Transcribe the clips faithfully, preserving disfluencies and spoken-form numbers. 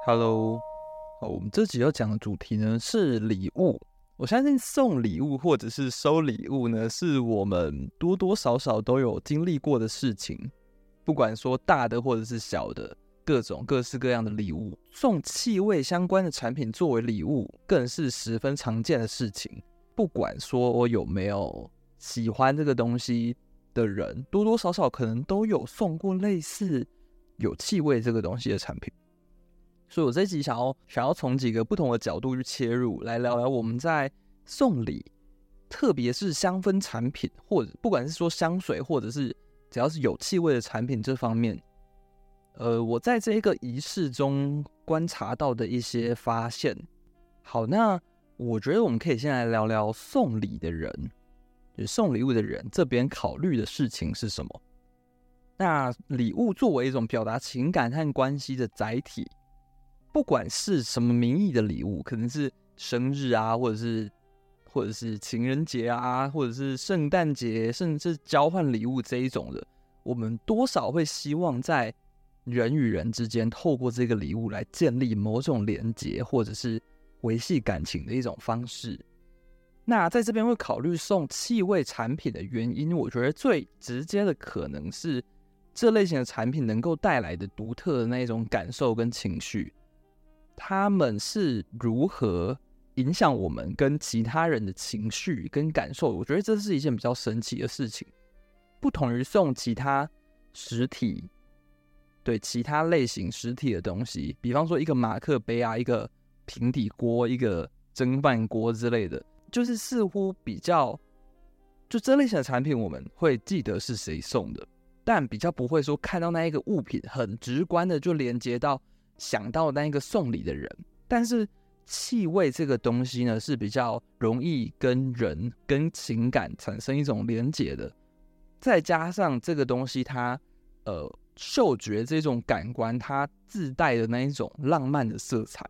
Hello， 好，我们这集要讲的主题呢是礼物。我相信送礼物或者是收礼物呢，是我们多多少少都有经历过的事情，不管说大的或者是小的，各种各式各样的礼物。送气味相关的产品作为礼物，更是十分常见的事情。不管说我有没有喜欢这个东西的人，多多少少可能都有送过类似有气味这个东西的产品。所以我这一集想要想要从几个不同的角度去切入，来聊聊我们在送礼，特别是香氛产品，或者不管是说香水，或者是只要是有气味的产品这方面，呃，我在这一个仪式中观察到的一些发现。好，那我觉得我们可以先来聊聊送礼的人，就是送礼物的人这边考虑的事情是什么。那礼物作为一种表达情感和关系的载体，不管是什么名义的礼物，可能是生日啊，或者是或者是情人节啊，或者是圣诞节，甚至是交换礼物这一种的，我们多少会希望在人与人之间透过这个礼物来建立某种连结，或者是维系感情的一种方式。那在这边会考虑送气味产品的原因，我觉得最直接的可能是这类型的产品能够带来的独特的那一种感受跟情绪，他们是如何影响我们跟其他人的情绪跟感受，我觉得这是一件比较神奇的事情。不同于送其他实体，对其他类型实体的东西，比方说一个马克杯啊，一个平底锅，一个蒸饭锅之类的，就是似乎比较，就这类型的产品我们会记得是谁送的，但比较不会说看到那一个物品很直观的就连接到想到那一个送礼的人。但是气味这个东西呢，是比较容易跟人跟情感产生一种连结的，再加上这个东西它呃嗅觉这种感官它自带的那一种浪漫的色彩，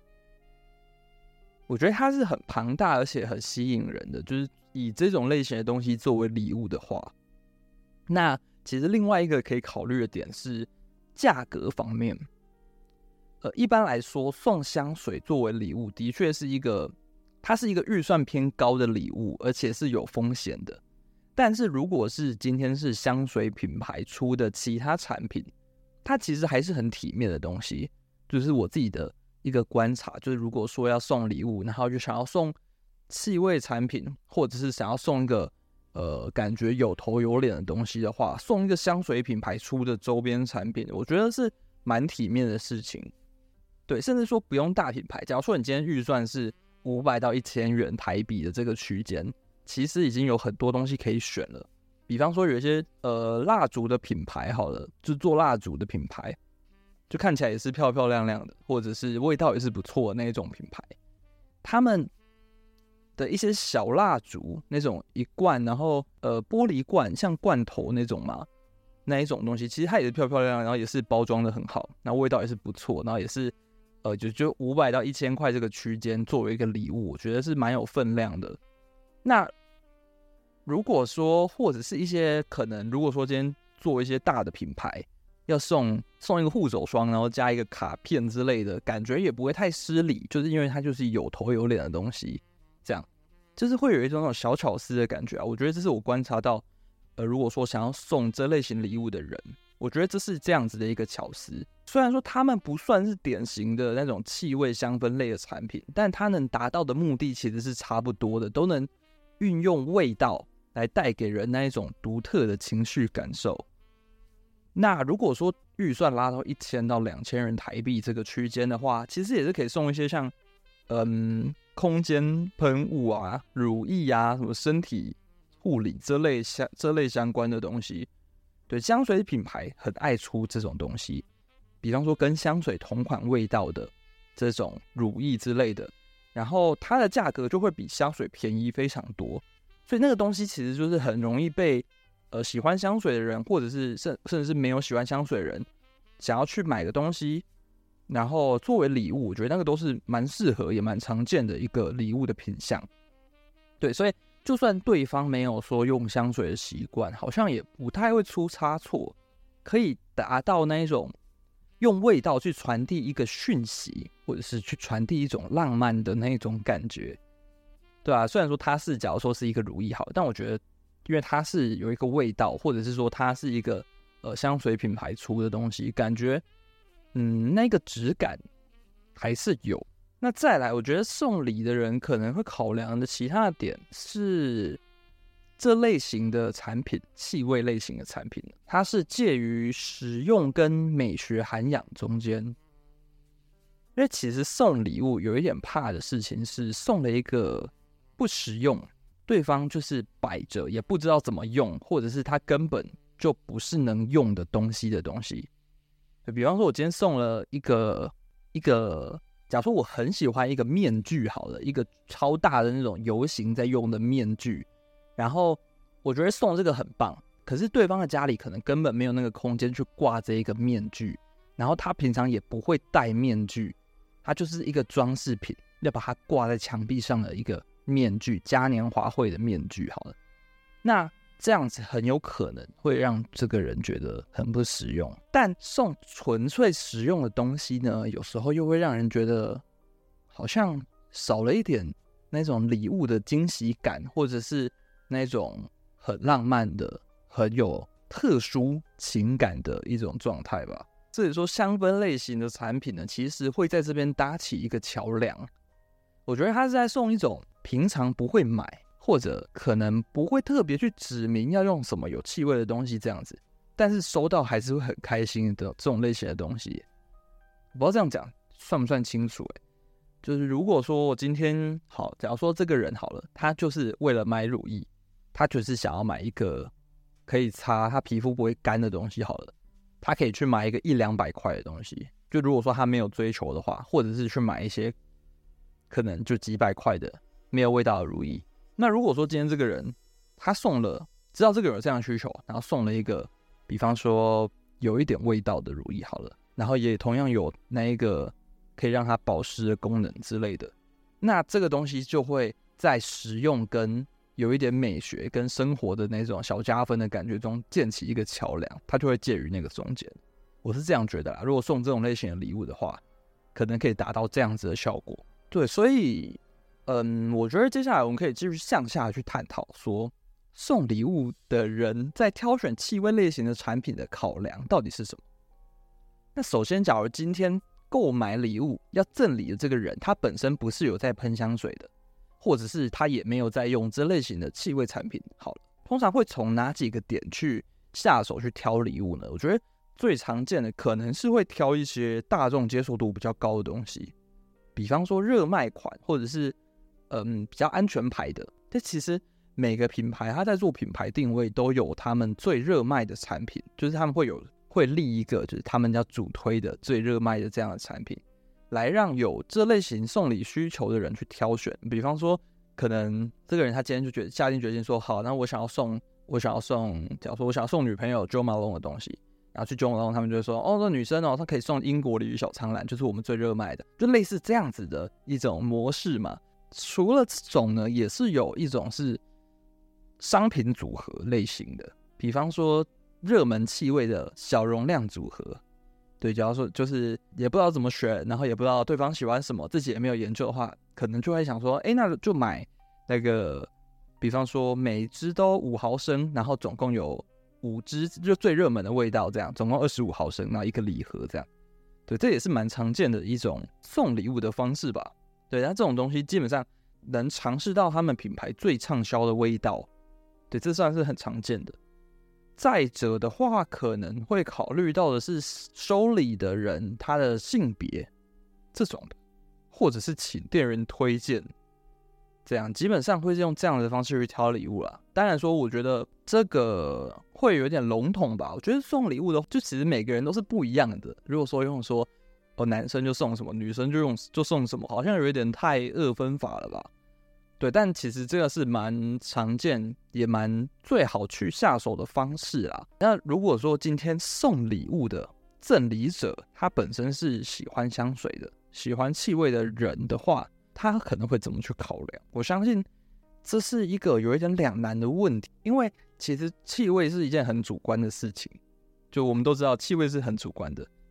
我觉得它是很庞大而且很吸引人的。就是以这种类型的东西作为礼物的话，那其实另外一个可以考虑的点是价格方面。呃，一般来说，送香水作为礼物，的确是一个，它是一个预算偏高的礼物，而且是有风险的。但是如果是今天是香水品牌出的其他产品，它其实还是很体面的东西。就是我自己的一个观察，就是如果说要送礼物，然后就想要送气味产品，或者是想要送一个呃感觉有头有脸的东西的话，送一个香水品牌出的周边产品，我觉得是蛮体面的事情。对，甚至说不用大品牌，假如说你今天预算是五百到一千元台币的这个区间，其实已经有很多东西可以选了。比方说有一些呃蜡烛的品牌好了，就做蜡烛的品牌，就看起来也是漂漂亮亮的，或者是味道也是不错的那一种品牌，他们的一些小蜡烛，那种一罐，然后呃玻璃罐，像罐头那种嘛，那一种东西，其实它也是漂漂亮亮，然后也是包装的很好，然后味道也是不错，然后也是呃就就五百到一千块这个区间作为一个礼物，我觉得是蛮有分量的。那如果说或者是一些可能，如果说今天做一些大的品牌，要送送一个护手霜，然后加一个卡片之类的，感觉也不会太失礼，就是因为它就是有头有脸的东西，这样就是会有一种那种小巧思的感觉啊。我觉得这是我观察到，呃，如果说想要送这类型礼物的人，我觉得这是这样子的一个巧思。虽然说他们不算是典型的那种气味香氛类的产品，但它能达到的目的其实是差不多的，都能运用味道来带给人那一种独特的情绪感受。那如果说预算拉到一千到两千元台币这个区间的话，其实也是可以送一些像嗯空间喷雾啊、乳液啊、什么身体护理这类相这类相关的东西。对，香水品牌很爱出这种东西，比方说跟香水同款味道的这种乳液之类的，然后它的价格就会比香水便宜非常多，所以那个东西其实就是很容易被呃喜欢香水的人，或者是甚甚至是没有喜欢香水的人想要去买个东西，然后作为礼物，我觉得那个都是蛮适合也蛮常见的一个礼物的品项。对，所以就算对方没有说用香水的习惯，好像也不太会出差错，可以达到那一种用味道去传递一个讯息，或者是去传递一种浪漫的那种感觉，对啊，虽然说它是假如说是一个乳液好，但我觉得因为它是有一个味道，或者是说它是一个呃香水品牌出的东西，感觉嗯那个质感还是有。那再来，我觉得送礼的人可能会考量的其他的点是，这类型的产品，气味类型的产品，它是介于实用跟美学涵养中间。因为其实送礼物有一点怕的事情是，送了一个不实用，对方就是摆着也不知道怎么用，或者是他根本就不是能用的东西的东西。就比方说，我今天送了一个一个。假如说我很喜欢一个面具，好了，一个超大的那种游行在用的面具，然后我觉得送这个很棒，可是对方的家里可能根本没有那个空间去挂这一个面具，然后他平常也不会戴面具，它就是一个装饰品，要把它挂在墙壁上的一个面具，嘉年华会的面具，好了，那这样子很有可能会让这个人觉得很不实用。但送纯粹实用的东西呢，有时候又会让人觉得好像少了一点那种礼物的惊喜感，或者是那种很浪漫的、很有特殊情感的一种状态吧。所以说，香氛类型的产品呢，其实会在这边搭起一个桥梁。我觉得它是在送一种平常不会买，或者可能不会特别去指明要用什么有气味的东西这样子，但是收到还是会很开心的这种类型的东西。我不知道这样讲算不算清楚、欸、就是如果说我今天好，假如说这个人好了，他就是为了买乳液，他就是想要买一个可以擦他皮肤不会干的东西好了，他可以去买一个一两百块的东西。就如果说他没有追求的话，或者是去买一些可能就几百块的没有味道的乳液。那如果说今天这个人他送了，知道这个人有这样的需求，然后送了一个比方说有一点味道的乳液好了，然后也同样有那一个可以让它保湿的功能之类的，那这个东西就会在实用跟有一点美学跟生活的那种小加分的感觉中建起一个桥梁，它就会介于那个中间。我是这样觉得啦，如果送这种类型的礼物的话，可能可以达到这样子的效果。对，所以嗯，我觉得接下来我们可以继续向下去探讨说，送礼物的人在挑选气味类型的产品的考量到底是什么。那首先，假如今天购买礼物要赠礼的这个人，他本身不是有在喷香水的，或者是他也没有在用这类型的气味产品，好了，通常会从哪几个点去下手去挑礼物呢？我觉得最常见的可能是会挑一些大众接受度比较高的东西，比方说热卖款，或者是嗯比较安全牌的。但其实每个品牌它在做品牌定位都有他们最热卖的产品，就是他们会有会立一个就是他们要主推的最热卖的这样的产品，来让有这类型送礼需求的人去挑选。比方说可能这个人他今天就觉得下定决心说，好，那我想要送我想要送假如说我想要送女朋友 Jo Malone 的东西，然后去 Jo Malone 他们就会说，哦，这女生哦她可以送英国鲤鱼小苍兰，就是我们最热卖的，就类似这样子的一种模式嘛。除了这种呢，也是有一种是商品组合类型的，比方说热门气味的小容量组合。对，假如说就是也不知道怎么选，然后也不知道对方喜欢什么，自己也没有研究的话，可能就会想说，哎，那就买那个，比方说每支都五毫升，然后总共有五支，就最热门的味道，这样总共二十五毫升，然后一个礼盒这样。对，这也是蛮常见的一种送礼物的方式吧。对，但这种东西基本上能尝试到他们品牌最畅销的味道，对，这算是很常见的。再者的话，可能会考虑到的是收礼的人他的性别这种的，或者是请店员推荐，这样基本上会用这样的方式去挑礼物啦。当然说，我觉得这个会有点笼统吧。我觉得送礼物的，就其实每个人都是不一样的。如果说用说哦，男生就送什么，女生就用就送什么，好像有一点太二分法了吧？对，但其实这个是蛮常见，也蛮最好去下手的方式啦。那如果说今天送礼物的赠礼者，他本身是喜欢香水的、喜欢气味的人的话，他可能会怎么去考量？我相信这是一个有一点两难的问题，因为其实气味是一件很主观的事情，就我们都知道气味是很主观的。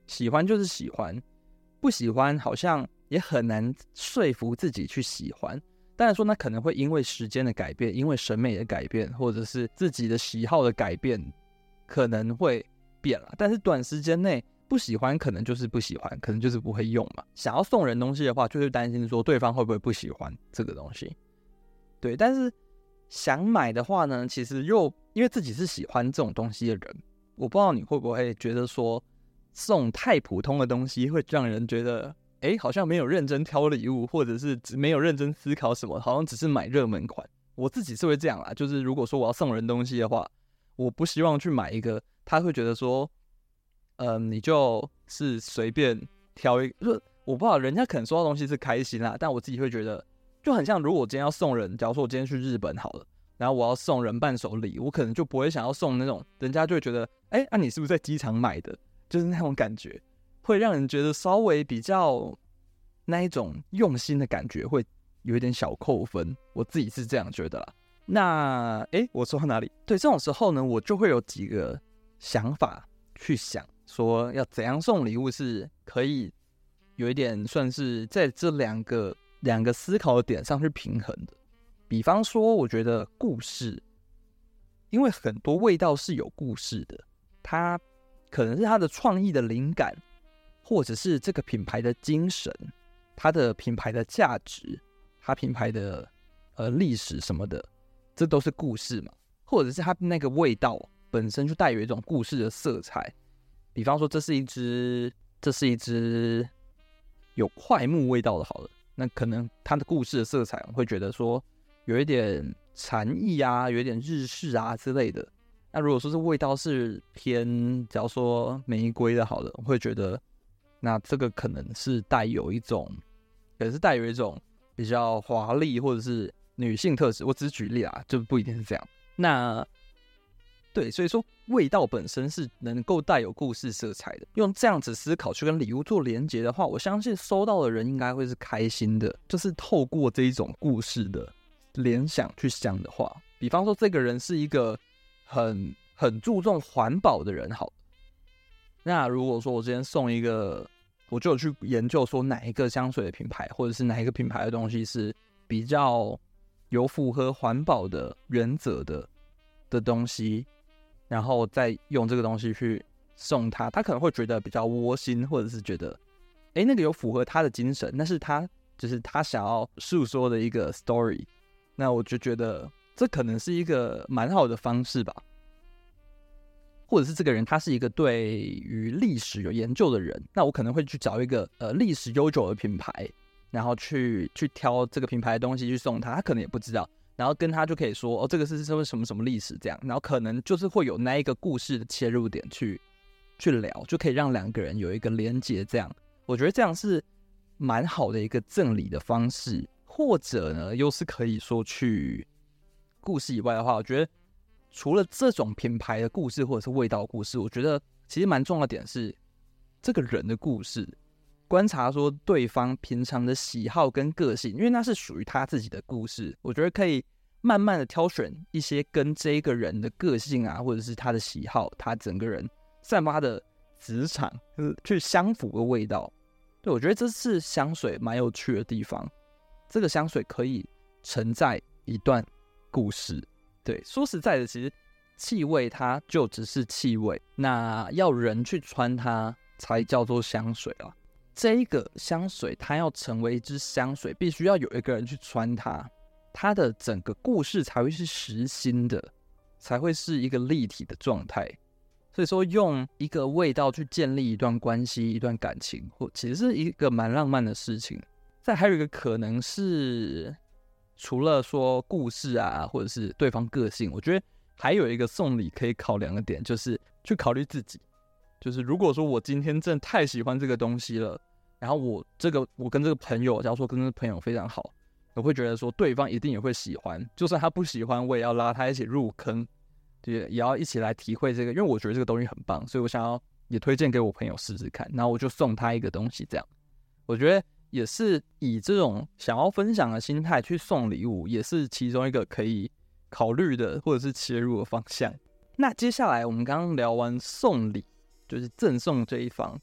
喜欢就是喜欢，不喜欢好像也很难说服自己去喜欢。当然说那可能会因为时间的改变，因为审美的改变，或者是自己的喜好的改变，可能会变了。但是短时间内不喜欢可能就是不喜欢，可能就是不会用嘛。想要送人东西的话，就是担心说对方会不会不喜欢这个东西。对，但是想买的话呢，其实又因为自己是喜欢这种东西的人，我不知道你会不会觉得说送太普通的东西会让人觉得哎，好像没有认真挑礼物，或者是没有认真思考什么，好像只是买热门款。我自己是会这样啦，就是如果说我要送人东西的话，我不希望去买一个他会觉得说嗯，你就是随便挑一个，就我不知道人家可能收到东西是开心啦，但我自己会觉得就很像，如果我今天要送人，假如说我今天去日本好了，然后我要送人伴手礼，我可能就不会想要送那种人家就会觉得哎，啊你是不是在机场买的，就是那种感觉，会让人觉得稍微比较那一种用心的感觉，会有一点小扣分，我自己是这样觉得啦。那哎，我说到哪里？对，这种时候呢，我就会有几个想法去想，说要怎样送礼物是可以有一点算是在这两个两个思考的点上去平衡的。比方说，我觉得故事，因为很多味道是有故事的，它可能是它的创意的灵感，或者是这个品牌的精神，它的品牌的价值，它品牌的呃历史什么的，这都是故事嘛。或者是它那个味道本身就带有一种故事的色彩。比方说，这是一支这是一支有快木味道的，好了，那可能它的故事的色彩，我会觉得说有一点禅意啊，有一点日式啊之类的。那如果说是味道是偏，假如说玫瑰的，好了，我会觉得那这个可能是带有一种，可能是带有一种比较华丽或者是女性特质。我只是举例啦，就不一定是这样。那对，所以说味道本身是能够带有故事色彩的。用这样子思考去跟礼物做连结的话，我相信收到的人应该会是开心的。就是透过这一种故事的联想去想的话，比方说这个人是一个很很注重环保的人，好了，那如果说我今天送一个，我就有去研究说哪一个香水的品牌，或者是哪一个品牌的东西是比较有符合环保的原则的的东西，然后再用这个东西去送他，他可能会觉得比较窝心，或者是觉得哎，那个有符合他的精神，那是他就是他想要诉说的一个 story。 那我就觉得这可能是一个蛮好的方式吧。或者是这个人他是一个对于历史有研究的人，那我可能会去找一个呃历史悠久的品牌，然后去去挑这个品牌的东西去送他，他可能也不知道，然后跟他就可以说哦，这个是什么什么什么历史这样，然后可能就是会有那一个故事的切入点去去聊，就可以让两个人有一个连结，这样我觉得这样是蛮好的一个赠礼的方式。或者呢，又是可以说去故事以外的话，我觉得除了这种品牌的故事或者是味道的故事，我觉得其实蛮重要的点是这个人的故事，观察说对方平常的喜好跟个性，因为那是属于他自己的故事，我觉得可以慢慢的挑选一些跟这个人的个性啊，或者是他的喜好，他整个人散发的磁场去相符的味道。对，我觉得这是香水蛮有趣的地方，这个香水可以承载一段故事。对，说实在的，其实气味它就只是气味，那要人去穿它才叫做香水啊。这一个香水它要成为一支香水，必须要有一个人去穿它，它的整个故事才会是实心的，才会是一个立体的状态。所以说用一个味道去建立一段关系，一段感情，或其实是一个蛮浪漫的事情。再还有一个可能是除了说故事啊，或者是对方个性，我觉得还有一个送礼可以考量的点，就是去考虑自己。就是如果说我今天真的太喜欢这个东西了，然后我这个我跟这个朋友，假如说跟这个朋友非常好，我会觉得说对方一定也会喜欢，就算他不喜欢，我也要拉他一起入坑，也也要一起来体会这个，因为我觉得这个东西很棒，所以我想要也推荐给我朋友试试看，然后我就送他一个东西，这样我觉得也是以这种想要分享的心态去送礼物，也是其中一个可以考虑的或者是切入的方向。那接下来我们刚刚聊完送礼，就是赠送这一方，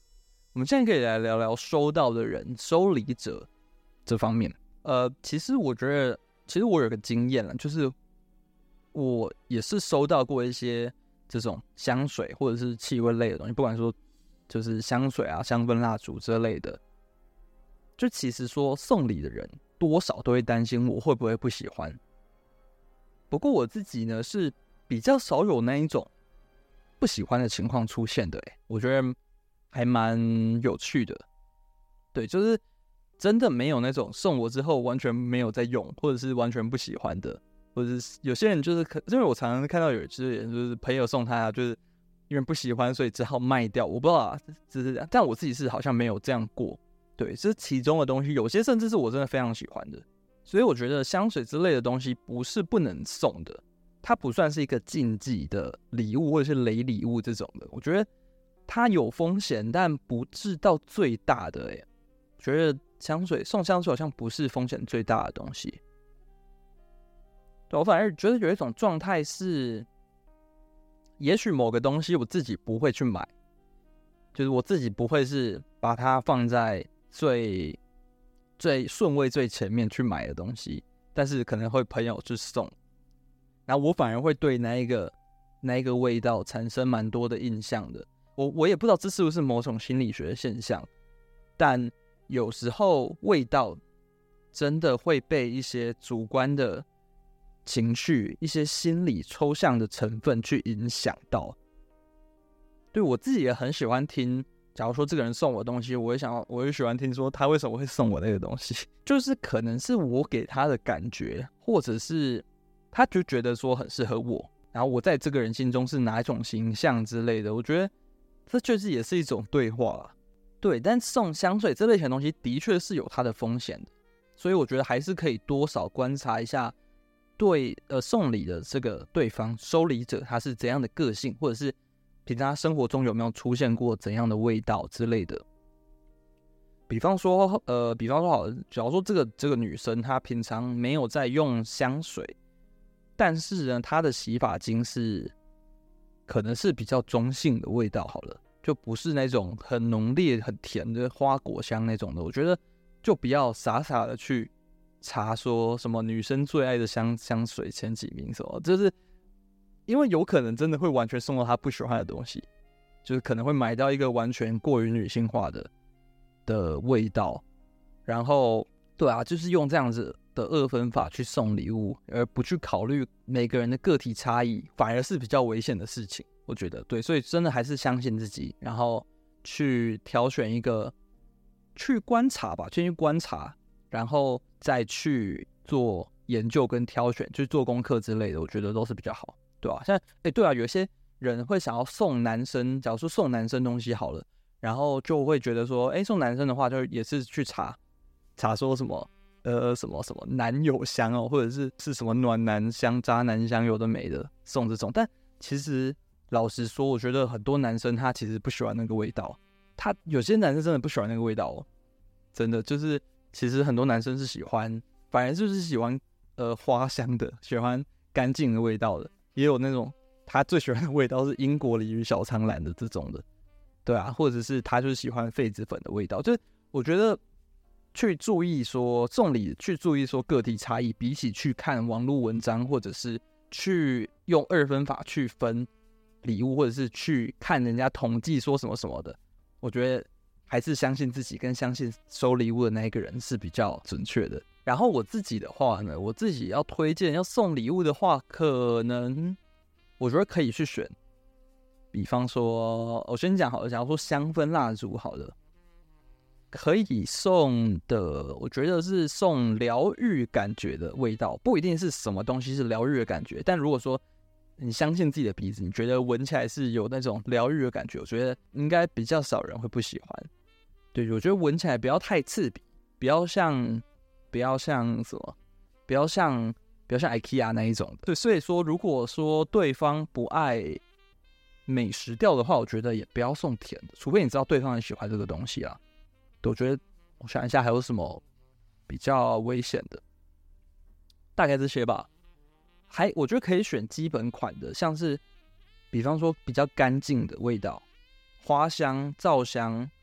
我们现在可以来聊聊收到的人、收礼者这方面。呃，其实我觉得，其实我有个经验了，就是我也是收到过一些这种香水或者是气味类的东西，不管说就是香水啊、香氛蜡烛之类的。就其实说送礼的人多少都会担心我会不会不喜欢。不过我自己呢是比较少有那一种不喜欢的情况出现的，欸，我觉得还蛮有趣的。对，就是真的没有那种送我之后完全没有在用，或者是完全不喜欢的，或者是有些人就是可，因为我常常看到有些人就是朋友送他，就是因为不喜欢，所以只好卖掉。我不知道啊，只是这样，但我自己是好像没有这样过。对，这其中的东西，有些甚至是我真的非常喜欢的。所以我觉得香水之类的东西不是不能送的，它不算是一个禁忌的礼物或者是雷礼物这种的。我觉得它有风险，但不至到最大的。哎，觉得香水送香水好像不是风险最大的东西。对，我反而觉得有一种状态是，也许某个东西我自己不会去买，就是我自己不会是把它放在最最顺位最前面去买的东西，但是可能会朋友去送，然后我反而会对那一个那一个味道产生蛮多的印象的。我我也不知道这是不是某种心理学的现象，但有时候味道真的会被一些主观的情绪、一些心理抽象的成分去影响到。对，我自己也很喜欢听，假如说这个人送我东西，我会想要，我会喜欢听说他为什么会送我那个东西，就是可能是我给他的感觉，或者是他就觉得说很适合我，然后我在这个人心中是哪一种形象之类的。我觉得这确实也是一种对话啦。对，但送香水这类型的东西的确是有它的风险的，所以我觉得还是可以多少观察一下对呃送礼的这个对方收礼者他是怎样的个性，或者是平常生活中有没有出现过怎样的味道之类的。比方说呃比方说好，假如说这个这个女生她平常没有在用香水，但是呢她的洗发精是可能是比较中性的味道好了，就不是那种很浓烈很甜的花果香那种的，我觉得就不要傻傻的去查说什么女生最爱的香香水前几名什么，就是因为有可能真的会完全送到她不喜欢的东西，就是可能会买到一个完全过于女性化的的味道，然后对啊，就是用这样子的二分法去送礼物，而不去考虑每个人的个体差异，反而是比较危险的事情。我觉得对，所以真的还是相信自己，然后去挑选一个，去观察吧，先去观察，然后再去做研究跟挑选，去做功课之类的，我觉得都是比较好，对吧、啊？像哎，对啊，有些人会想要送男生，假如说送男生东西好了，然后就会觉得说，哎，送男生的话，就也是去查查说什么。呃，什么什么男友香哦，或者是是什么暖男香、渣男香，有的没的送这种。但其实老实说，我觉得很多男生他其实不喜欢那个味道，他有些男生真的不喜欢那个味道哦，真的就是其实很多男生是喜欢，反而就是喜欢呃花香的，喜欢干净的味道的，也有那种他最喜欢的味道是英国梨与小苍兰的这种的，对啊，或者是他就是喜欢痱子粉的味道，就是我觉得。去注意说送礼，去注意说个体差异，比起去看网络文章，或者是去用二分法去分礼物，或者是去看人家统计说什么什么的，我觉得还是相信自己跟相信收礼物的那一个人是比较准确的。然后我自己的话呢，我自己要推荐要送礼物的话，可能我觉得可以去选，比方说我先讲好了，假如说香氛蜡烛好了。可以送的，我觉得是送疗愈感觉的味道，不一定是什么东西是疗愈的感觉，但如果说你相信自己的鼻子，你觉得闻起来是有那种疗愈的感觉，我觉得应该比较少人会不喜欢。对，我觉得闻起来不要太刺鼻，不要像不要像什么，不要像不要像 IKEA 那一种的。对，所以说如果说对方不爱美食调的话，我觉得也不要送甜的，除非你知道对方很喜欢这个东西啊。我觉得我想一下还有什么比较危险的，大概这些吧。还我觉得可以选基本款的，像是比方说比较干净的味道，花香、皂香，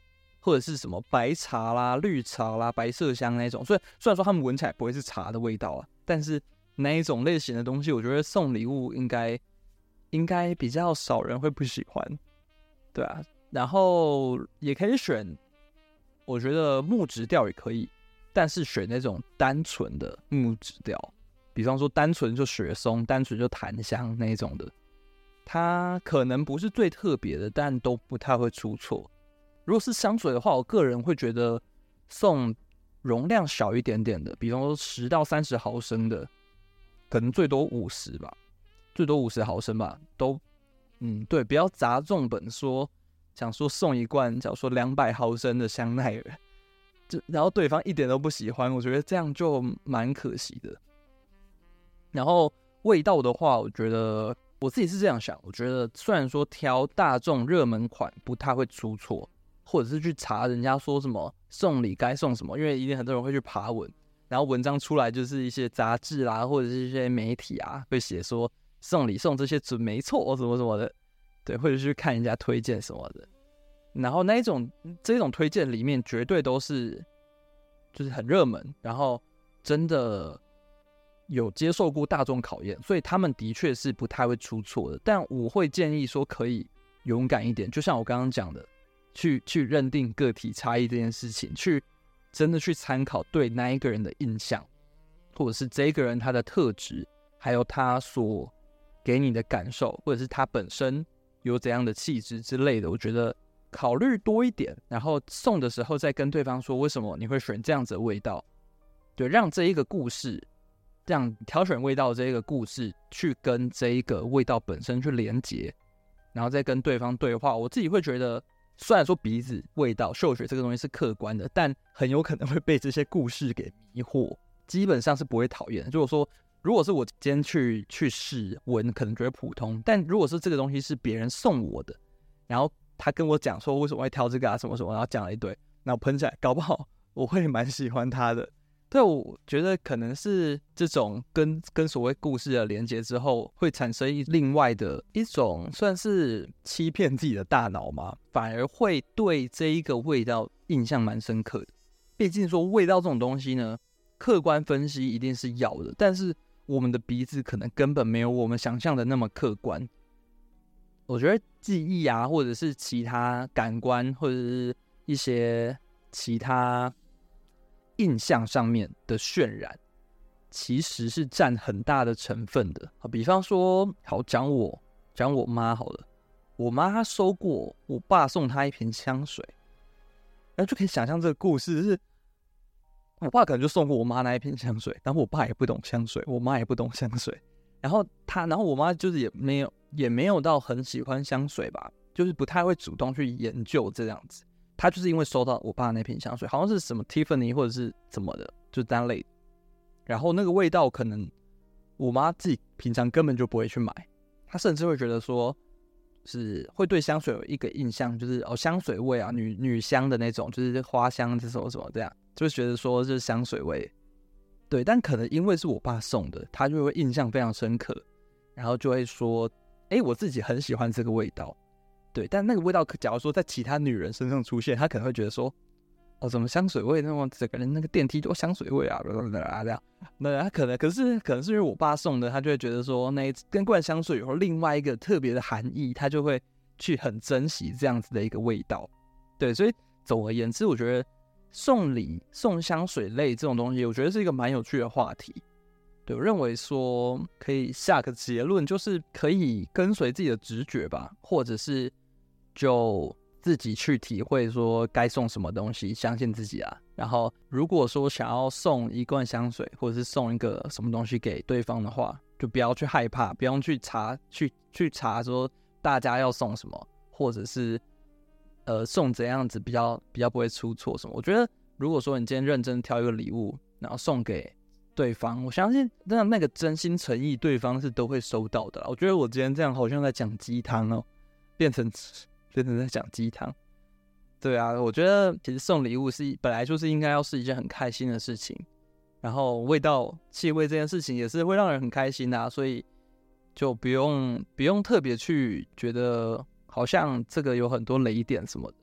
或者是什么白茶啦、绿茶啦、白麝香那种。所以虽然说他们闻起来不会是茶的味道啊，但是那一种类型的东西，我觉得送礼物应该应该比较少人会不喜欢，对啊。然后也可以选，我觉得木质调也可以，但是选那种单纯的木质调，比方说单纯就雪松、单纯就檀香那一种的，它可能不是最特别的，但都不太会出错。如果是香水的话，我个人会觉得送容量小一点点的，比方说十到三十毫升的，可能最多五十吧，最多五十毫升吧，都嗯对，不要砸重本说。想说送一罐，假如说两百毫升的香奈儿，就然后对方一点都不喜欢，我觉得这样就蛮可惜的。然后味道的话，我觉得我自己是这样想，我觉得虽然说挑大众热门款不太会出错，或者是去查人家说什么送礼该送什么，因为一定很多人会去爬文，然后文章出来就是一些杂志啦，或者是一些媒体啊，会写说送礼送这些准没错什么什么的。对，或者去看人家推荐什么的，然后那一种这种推荐里面绝对都是就是很热门，然后真的有接受过大众考验，所以他们的确是不太会出错的。但我会建议说可以勇敢一点，就像我刚刚讲的，去去认定个体差异这件事情，去真的去参考对那一个人的印象，或者是这个人他的特质，还有他所给你的感受，或者是他本身有怎样的气质之类的，我觉得考虑多一点，然后送的时候再跟对方说为什么你会选这样子的味道，对，让这一个故事，让挑选味道的这一个故事去跟这一个味道本身去连结，然后再跟对方对话。我自己会觉得，虽然说鼻子、味道、嗅觉这个东西是客观的，但很有可能会被这些故事给迷惑，基本上是不会讨厌。如果说如果是我今天去去试闻，可能觉得普通，但如果是这个东西是别人送我的，然后他跟我讲说为什么会挑这个啊什么什么，然后讲了一堆，然后喷起来，搞不好我会蛮喜欢他的。对，我觉得可能是这种跟跟所谓故事的连接之后，会产生另外的一种算是欺骗自己的大脑嘛，反而会对这一个味道印象蛮深刻的。毕竟说味道这种东西呢，客观分析一定是要的，但是我们的鼻子可能根本没有我们想象的那么客观。我觉得记忆啊，或者是其他感官，或者是一些其他印象上面的渲染，其实是占很大的成分的。比方说，好讲我讲我妈好了，我妈她收过我爸送她一瓶香水，然后就可以想象这个故事是。我爸可能就送过我妈那一瓶香水，然后我爸也不懂香水，我妈也不懂香水，然后他，然后我妈就是也没有也没有到很喜欢香水吧，就是不太会主动去研究这样子。她就是因为收到我爸那瓶香水，好像是什么 Tiffany 或者是怎么的，就是单类的，然后那个味道可能我妈自己平常根本就不会去买，她甚至会觉得说。是会对香水有一个印象，就是哦香水味啊，女女香的那种，就是花香这什么什么这样，就觉得说是香水味，对。但可能因为是我爸送的，他就会印象非常深刻，然后就会说，哎，我自己很喜欢这个味道，对。但那个味道，假如说在其他女人身上出现，他可能会觉得说，哦，怎么香水味那么整个人那个电梯都香水味啊，这样。那他可能可是可能是因为我爸送的，他就会觉得说那跟罐香水有另外一个特别的含义，他就会去很珍惜这样子的一个味道。对，所以总而言之，我觉得送礼送香水类这种东西，我觉得是一个蛮有趣的话题。对，我认为说可以下个结论，就是可以跟随自己的直觉吧，或者是就。自己去体会说该送什么东西，相信自己啊。然后如果说想要送一罐香水，或者是送一个什么东西给对方的话，就不要去害怕，不用去查去去查说大家要送什么，或者是呃送怎样子比较比较不会出错什么。我觉得如果说你今天认真挑一个礼物，然后送给对方，我相信那那个真心诚意，对方是都会收到的啦。我觉得我今天这样好像在讲鸡汤哦，变成。变成在讲鸡汤，对啊，我觉得其实送礼物是本来就是应该要是一件很开心的事情，然后味道、气味这件事情也是会让人很开心的啊，所以就不用不用特别去觉得好像这个有很多雷点什么的，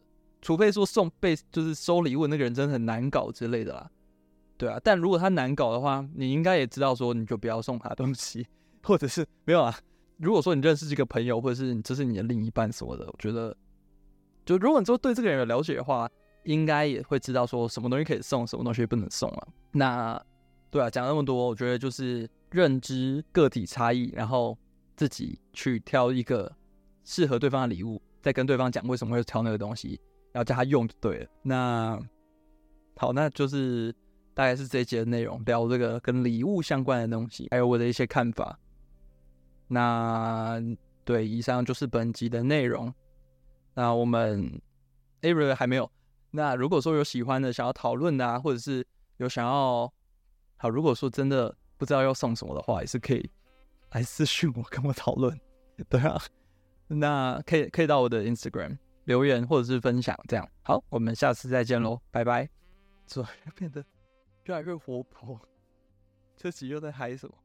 除非说送被就是收礼物的那个人真的很难搞之类的啦，对啊。但如果他难搞的话，你应该也知道说你就不要送他东西，或者是没有啊。如果说你认识这个朋友，或者是这是你的另一半什么的，我觉得就如果你说对这个人有了解的话，应该也会知道说什么东西可以送，什么东西不能送啊。那对啊，讲那么多，我觉得就是认知个体差异，然后自己去挑一个适合对方的礼物，再跟对方讲为什么会挑那个东西，然后叫他用就对了。那好，那就是大概是这一节的内容，聊这个跟礼物相关的东西，还有我的一些看法。那对，以上就是本集的内容。那我们 A 还没有。那如果说有喜欢的、想要讨论的啊，或者是有想要好，如果说真的不知道要送什么的话，也是可以来私讯我，跟我讨论。对啊，那可以可以到我的 Instagram 留言或者是分享，这样。好，我们下次再见喽，拜拜。怎么变得越来越活泼？这集又在嗨什么？